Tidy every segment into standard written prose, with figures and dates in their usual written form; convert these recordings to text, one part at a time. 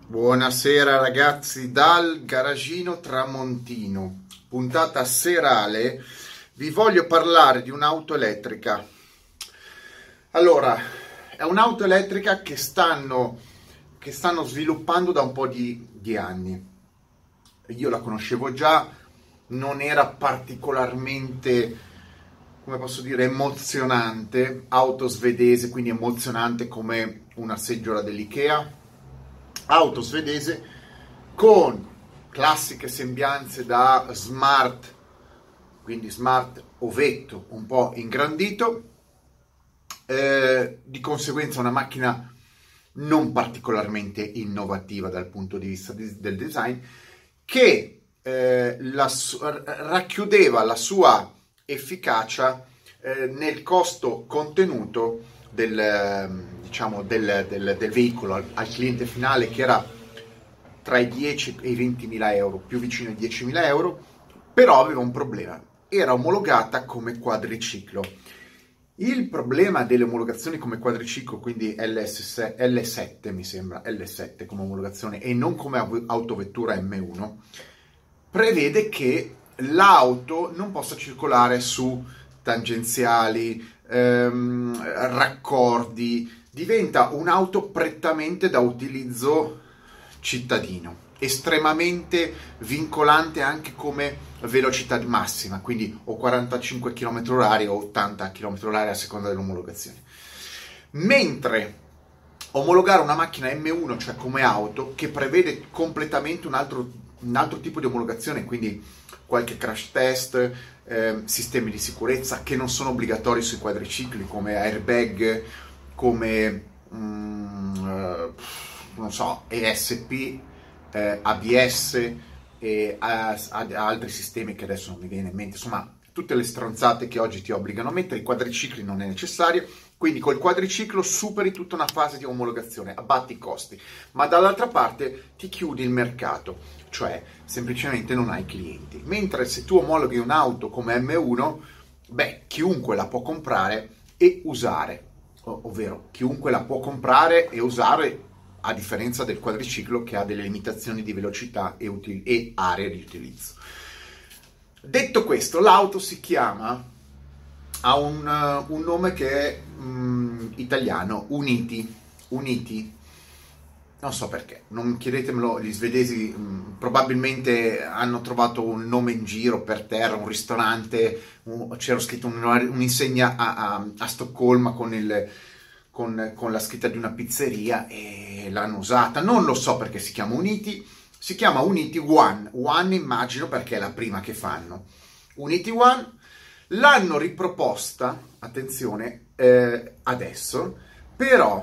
Buonasera ragazzi dal garagino tramontino, puntata serale. Vi voglio parlare di un'auto elettrica. Allora, è un'auto elettrica che stanno sviluppando da un po' di anni. Io la conoscevo già, non era particolarmente, come posso dire, emozionante, auto svedese, quindi emozionante come una seggiola dell'Ikea. Auto svedese con classiche sembianze da smart, quindi smart ovetto un po' ingrandito, di conseguenza una macchina non particolarmente innovativa dal punto di vista del design, che racchiudeva la sua efficacia nel costo contenuto del veicolo al cliente finale, che era tra i 10 e i 20 mila euro, più vicino ai 10 mila euro, però aveva un problema: era omologata come quadriciclo. Il problema delle omologazioni come quadriciclo, quindi L7 mi sembra, L7 come omologazione e non come autovettura M1, prevede che l'auto non possa circolare su tangenziali, raccordi. Diventa un'auto prettamente da utilizzo cittadino, estremamente vincolante anche come velocità massima, quindi o 45 km/h o 80 km/h a seconda dell'omologazione. Mentre omologare una macchina M1, cioè come auto, che prevede completamente un altro tipo di omologazione, quindi qualche crash test, sistemi di sicurezza che non sono obbligatori sui quadricicli, come airbag, come non so, ESP, ABS e altri sistemi che adesso non mi viene in mente, insomma tutte le stronzate che oggi ti obbligano a mettere. I quadricicli non è necessario, quindi col quadriciclo superi tutta una fase di omologazione, abbatti i costi, ma dall'altra parte ti chiudi il mercato, cioè semplicemente non hai clienti. Mentre se tu omologhi un'auto come M1, chiunque la può comprare e usare, ovvero chiunque la può comprare e usare, a differenza del quadriciclo che ha delle limitazioni di velocità e aree di utilizzo. Detto questo, l'auto si chiama, ha un nome che è italiano, Uniti. Non so perché, non chiedetemelo, gli svedesi probabilmente hanno trovato un nome in giro per terra, un ristorante, c'era scritto un'insegna a Stoccolma con la scritta di una pizzeria e l'hanno usata. Non lo so perché si chiama Uniti, si chiama Uniti One immagino perché è la prima che fanno. Uniti One l'hanno riproposta, attenzione, adesso, però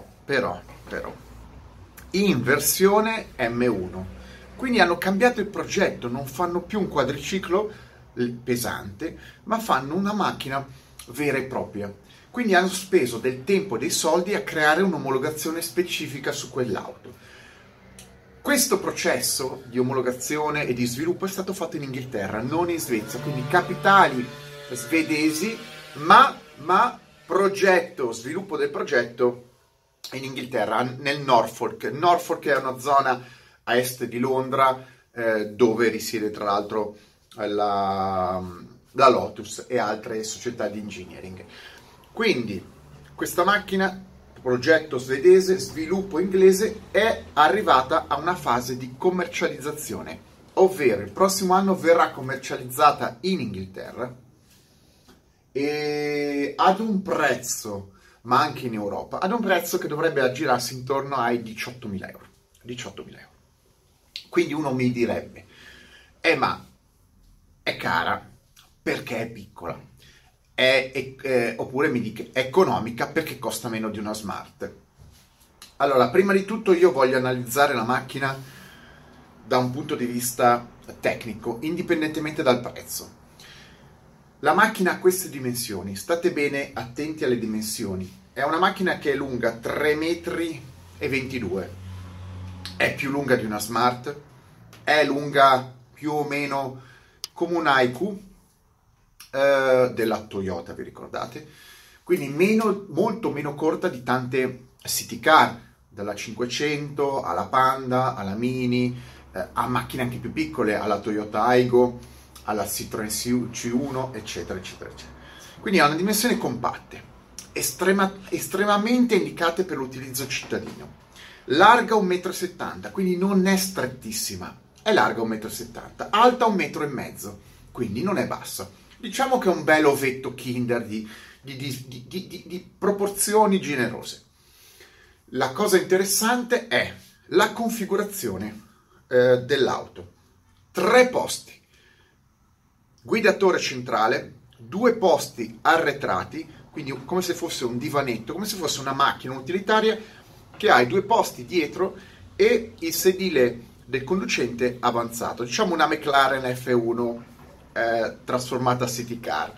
in versione M1, quindi hanno cambiato il progetto, non fanno più un quadriciclo pesante, ma fanno una macchina vera e propria. Quindi hanno speso del tempo e dei soldi a creare un'omologazione specifica su quell'auto. Questo processo di omologazione e di sviluppo è stato fatto in Inghilterra, non in Svezia, quindi capitali svedesi, ma sviluppo del progetto in Inghilterra, nel Norfolk. Norfolk è una zona a est di Londra, dove risiede tra l'altro la Lotus e altre società di engineering. Quindi questa macchina, progetto svedese, sviluppo inglese, è arrivata a una fase di commercializzazione, ovvero il prossimo anno verrà commercializzata in Inghilterra e ad un prezzo, ma anche in Europa, ad un prezzo che dovrebbe aggirarsi intorno ai 18.000 euro. 18.000 euro. Quindi uno mi direbbe, ma è cara perché è piccola, oppure mi dica è economica perché costa meno di una Smart. Allora, prima di tutto io voglio analizzare la macchina da un punto di vista tecnico, indipendentemente dal prezzo. La macchina ha queste dimensioni, state bene attenti alle dimensioni. È una macchina che è lunga 3,22 m, è più lunga di una Smart, è lunga più o meno come un Haiku della Toyota, vi ricordate? Quindi molto meno corta di tante city car dalla 500 alla Panda, alla Mini, a macchine anche più piccole, alla Toyota Aygo, alla Citroen C1, eccetera, eccetera, eccetera. Quindi ha una dimensione compatte, estremamente indicate per l'utilizzo cittadino. Larga 1,70 m, quindi non è strettissima, è larga 1,70 m, alta 1,5 m, quindi non è bassa. Diciamo che è un bel ovetto Kinder di proporzioni generose. La cosa interessante è la configurazione dell'auto. 3 posti, guidatore centrale, 2 posti arretrati, quindi come se fosse un divanetto, come se fosse una macchina utilitaria che ha i 2 posti dietro e il sedile del conducente avanzato, diciamo una McLaren F1 trasformata a city car.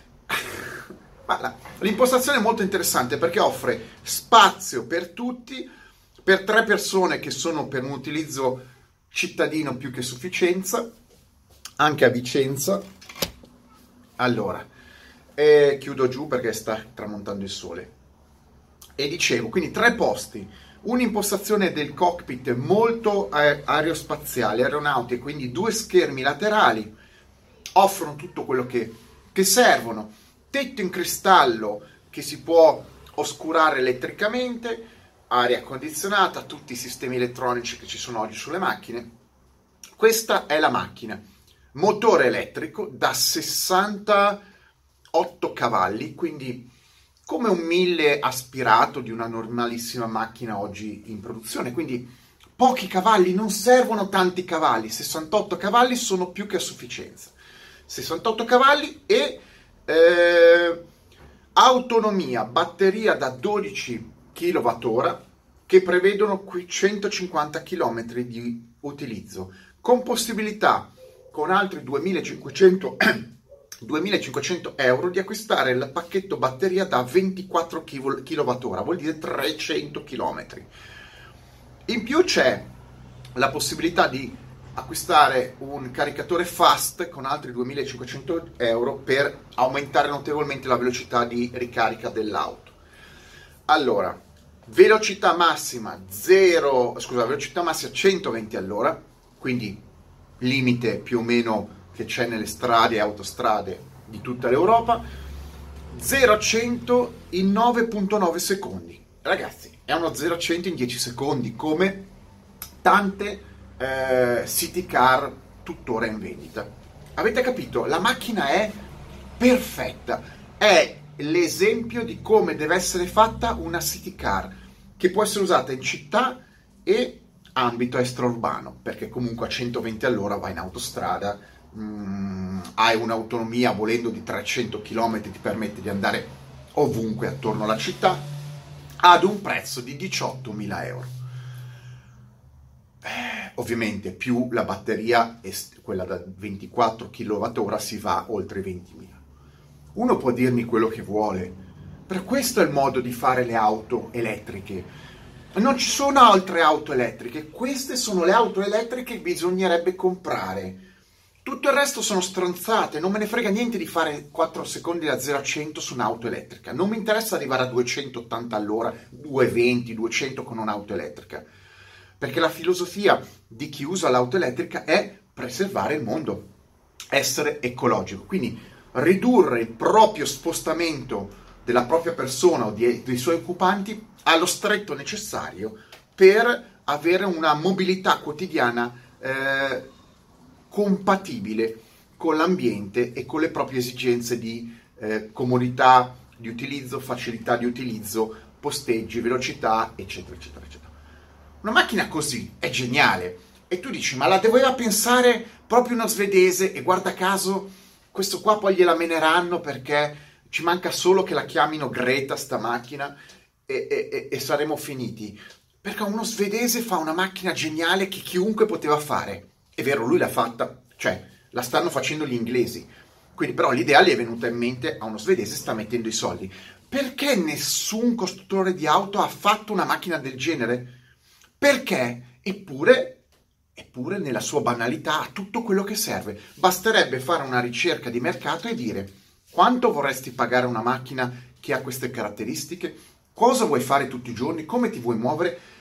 Ma l'impostazione è molto interessante perché offre spazio per tutti, per 3 persone che sono per un utilizzo cittadino più che sufficienza, anche a Vicenza. Allora, chiudo giù perché sta tramontando il sole. E dicevo, quindi 3 posti, un'impostazione del cockpit molto aerospaziale, aeronautica, quindi 2 schermi laterali, offrono tutto quello che servono, tetto in cristallo che si può oscurare elettricamente, aria condizionata, tutti i sistemi elettronici che ci sono oggi sulle macchine. Questa è la macchina, motore elettrico da 68 cavalli, quindi come un 1000 aspirato di una normalissima macchina oggi in produzione, quindi pochi cavalli, non servono tanti cavalli, 68 cavalli sono più che a sufficienza. 68 cavalli e autonomia, batteria da 12 kWh che prevedono qui 150 km di utilizzo, con possibilità con altri 2500 euro di acquistare il pacchetto batteria da 24 kWh, vuol dire 300 km. In più c'è la possibilità di acquistare un caricatore fast con altri 2500 euro per aumentare notevolmente la velocità di ricarica dell'auto. Allora, velocità massima 120 all'ora, quindi limite più o meno che c'è nelle strade e autostrade di tutta l'Europa, 0-100 in 9,9 secondi. Ragazzi, è uno 0-100 in 10 secondi, come tante city car tuttora in vendita. Avete capito? La macchina è perfetta, è l'esempio di come deve essere fatta una city car, che può essere usata in città e ambito extraurbano, perché comunque a 120 all'ora vai in autostrada, hai un'autonomia volendo di 300 km, ti permette di andare ovunque attorno alla città, ad un prezzo di 18.000 euro. Ovviamente più la batteria, quella da 24 kWh, si va oltre i 20.000. Uno può dirmi quello che vuole, però questo è il modo di fare le auto elettriche. Non ci sono altre auto elettriche, queste sono le auto elettriche che bisognerebbe comprare. Tutto il resto sono stronzate, non me ne frega niente di fare 4 secondi da 0 a 100 su un'auto elettrica. Non mi interessa arrivare a 280 all'ora, 220, 200 con un'auto elettrica. Perché la filosofia di chi usa l'auto elettrica è preservare il mondo, essere ecologico. Quindi ridurre il proprio spostamento della propria persona o dei suoi occupanti allo stretto necessario per avere una mobilità quotidiana compatibile con l'ambiente e con le proprie esigenze di comodità di utilizzo, facilità di utilizzo, posteggi, velocità, eccetera, eccetera, eccetera. Una macchina così è geniale e tu dici, ma la doveva pensare proprio uno svedese, e guarda caso questo qua poi gliela meneranno perché ci manca solo che la chiamino Greta sta macchina e saremo finiti. Perché uno svedese fa una macchina geniale che chiunque poteva fare. È vero, lui l'ha fatta, cioè la stanno facendo gli inglesi. Quindi però l'idea gli è venuta in mente a uno svedese, sta mettendo i soldi. Perché nessun costruttore di auto ha fatto una macchina del genere? Perché? Eppure nella sua banalità ha tutto quello che serve. Basterebbe fare una ricerca di mercato e dire quanto vorresti pagare una macchina che ha queste caratteristiche, cosa vuoi fare tutti i giorni, come ti vuoi muovere,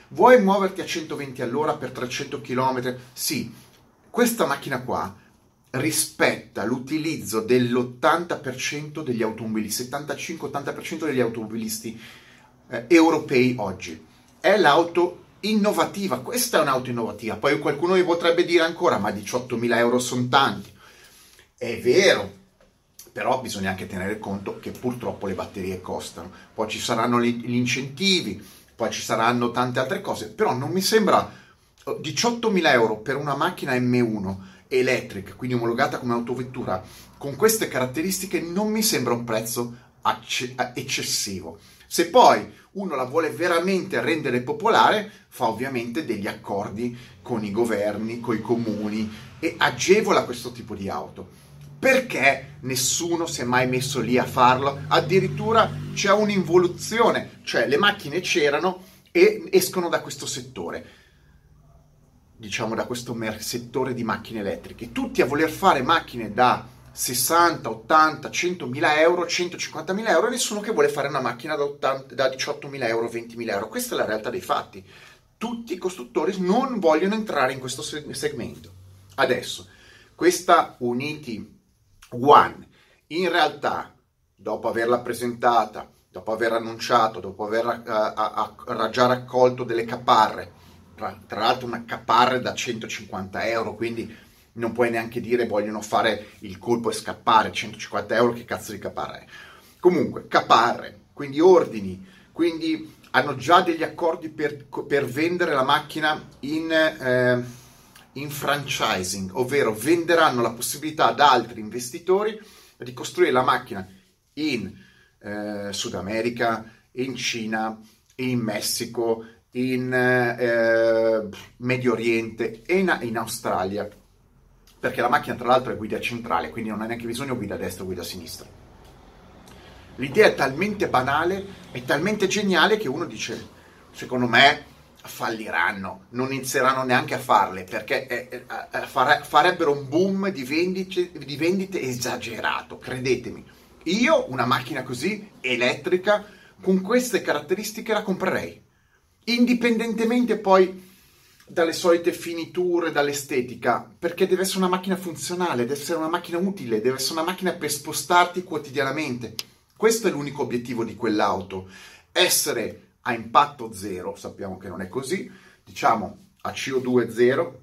Vuoi muoverti a 120 all'ora per 300 km? Sì, questa macchina qua rispetta l'utilizzo dell'80% degli automobilisti, 75-80% degli automobilisti europei oggi. È l'auto innovativa, questa è un'auto innovativa. Poi qualcuno mi potrebbe dire ancora, ma 18.000 euro sono tanti. È vero, però bisogna anche tenere conto che purtroppo le batterie costano. Poi ci saranno gli incentivi, poi ci saranno tante altre cose, però non mi sembra 18.000 euro per una macchina M1 elettrica, quindi omologata come autovettura, con queste caratteristiche non mi sembra un prezzo eccessivo. Se poi uno la vuole veramente rendere popolare, fa ovviamente degli accordi con i governi, con i comuni e agevola questo tipo di auto. Perché nessuno si è mai messo lì a farlo? Addirittura c'è un'involuzione, cioè le macchine c'erano e escono da questo settore, diciamo da questo settore di macchine elettriche, tutti a voler fare macchine da 60, 80, 100.000 euro, 150.000 euro e nessuno che vuole fare una macchina da 18.000 euro, 20.000 euro. Questa è la realtà dei fatti. Tutti i costruttori non vogliono entrare in questo segmento. Adesso, questa Unity One, in realtà, dopo averla presentata, dopo aver annunciato, dopo aver già raccolto delle caparre, tra l'altro una caparre da 150 euro, quindi non puoi neanche dire vogliono fare il colpo e scappare, 150 euro che cazzo di caparre è. Comunque, caparre, quindi ordini, quindi hanno già degli accordi per vendere la macchina in franchising, ovvero venderanno la possibilità ad altri investitori di costruire la macchina in Sud America, in Cina, in Messico, in Medio Oriente e in Australia, perché la macchina tra l'altro è guida centrale, quindi non ha neanche bisogno guida a destra o guida a sinistra. L'idea è talmente banale, è talmente geniale che uno dice, secondo me falliranno, non inizieranno neanche a farle perché farebbero un boom di vendite esagerato, credetemi. Io una macchina così elettrica con queste caratteristiche la comprerei, indipendentemente poi dalle solite finiture, dall'estetica, perché deve essere una macchina funzionale, deve essere una macchina utile, deve essere una macchina per spostarti quotidianamente. Questo è l'unico obiettivo di quell'auto, essere a impatto zero, sappiamo che non è così, diciamo a CO2 zero,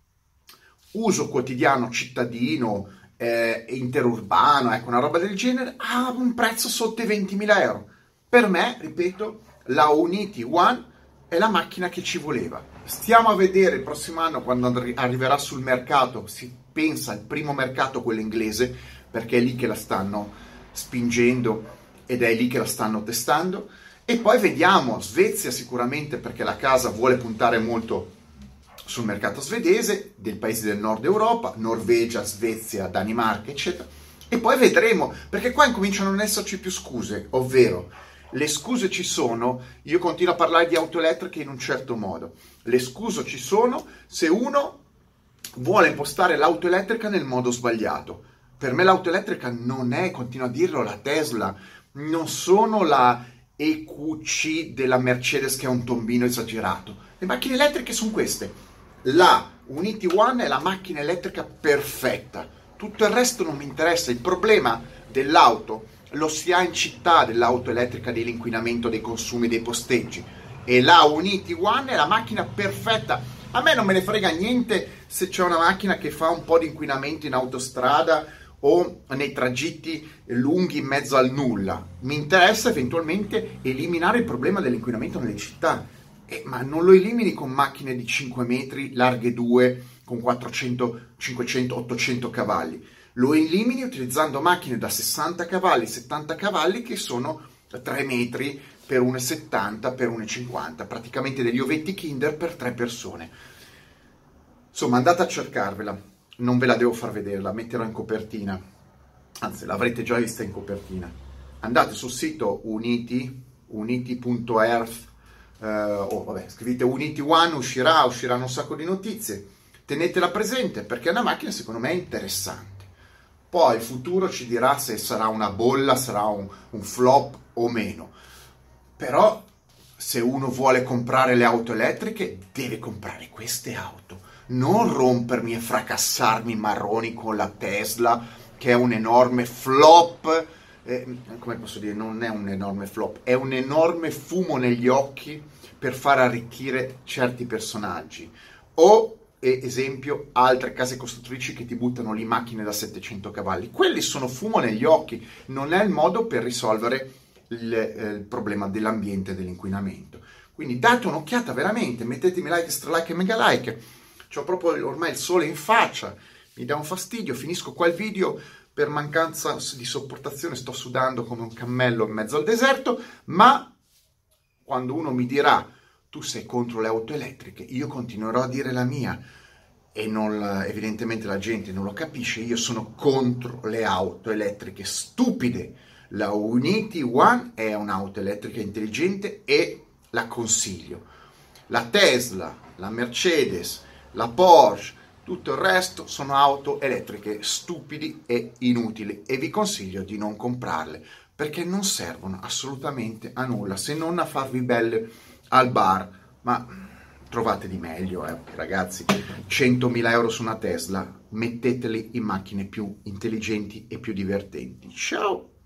uso quotidiano cittadino, interurbano, ecco, una roba del genere, a un prezzo sotto i 20.000 euro. Per me, ripeto, la Unity One è la macchina che ci voleva. Stiamo a vedere il prossimo anno, quando arriverà sul mercato, si pensa al primo mercato, quello inglese, perché è lì che la stanno spingendo ed è lì che la stanno testando. E poi vediamo, Svezia sicuramente, perché la casa vuole puntare molto sul mercato svedese, dei paesi del nord Europa, Norvegia, Svezia, Danimarca, eccetera. E poi vedremo, perché qua incominciano a non esserci più scuse, ovvero le scuse ci sono, io continuo a parlare di auto elettriche in un certo modo, le scuse ci sono se uno vuole impostare l'auto elettrica nel modo sbagliato. Per me l'auto elettrica non è, continuo a dirlo, la Tesla, non sono la EQC della Mercedes che è un tombino esagerato. Le macchine elettriche sono queste. La Unity One è la macchina elettrica perfetta. Tutto il resto non mi interessa. Il problema dell'auto lo si ha in città, dell'auto elettrica, dell'inquinamento, dei consumi, dei posteggi. E la Unity One è la macchina perfetta. A me non me ne frega niente se c'è una macchina che fa un po' di inquinamento in autostrada o nei tragitti lunghi in mezzo al nulla. Mi interessa eventualmente eliminare il problema dell'inquinamento nelle città, ma non lo elimini con macchine di 5 metri, larghe 2, con 400, 500, 800 cavalli. Lo elimini utilizzando macchine da 60 cavalli, 70 cavalli che sono 3 metri per 1,70 per 1,50, praticamente degli ovetti Kinder per 3 persone. Insomma, andate a cercarvela. Non ve la devo far vedere, la metterò in copertina, anzi l'avrete già vista in copertina. Andate sul sito unity.earth, scrivete Unity One, usciranno un sacco di notizie, tenetela presente perché è una macchina secondo me interessante. Poi il futuro ci dirà se sarà una bolla, sarà un flop o meno, però se uno vuole comprare le auto elettriche, deve comprare queste auto, non rompermi e fracassarmi i marroni con la Tesla, che è un enorme flop. Come posso dire, non è un enorme flop, è un enorme fumo negli occhi per far arricchire certi personaggi. O, esempio, altre case costruttrici che ti buttano lì macchine da 700 cavalli. Quelli sono fumo negli occhi, non è il modo per risolvere il problema dell'ambiente e dell'inquinamento. Quindi date un'occhiata veramente, mettetemi like, stralike e mega like. C'ho proprio ormai il sole in faccia, mi dà un fastidio, finisco qua il video per mancanza di sopportazione, sto sudando come un cammello in mezzo al deserto, ma quando uno mi dirà tu sei contro le auto elettriche, io continuerò a dire la mia e evidentemente la gente non lo capisce, io sono contro le auto elettriche stupide. La Unity One è un'auto elettrica intelligente e la consiglio. La Tesla, la Mercedes, la Porsche, tutto il resto sono auto elettriche stupidi e inutili e vi consiglio di non comprarle perché non servono assolutamente a nulla se non a farvi belle al bar, ma trovate di meglio, ragazzi. 100.000 euro su una Tesla, metteteli in macchine più intelligenti e più divertenti. Ciao!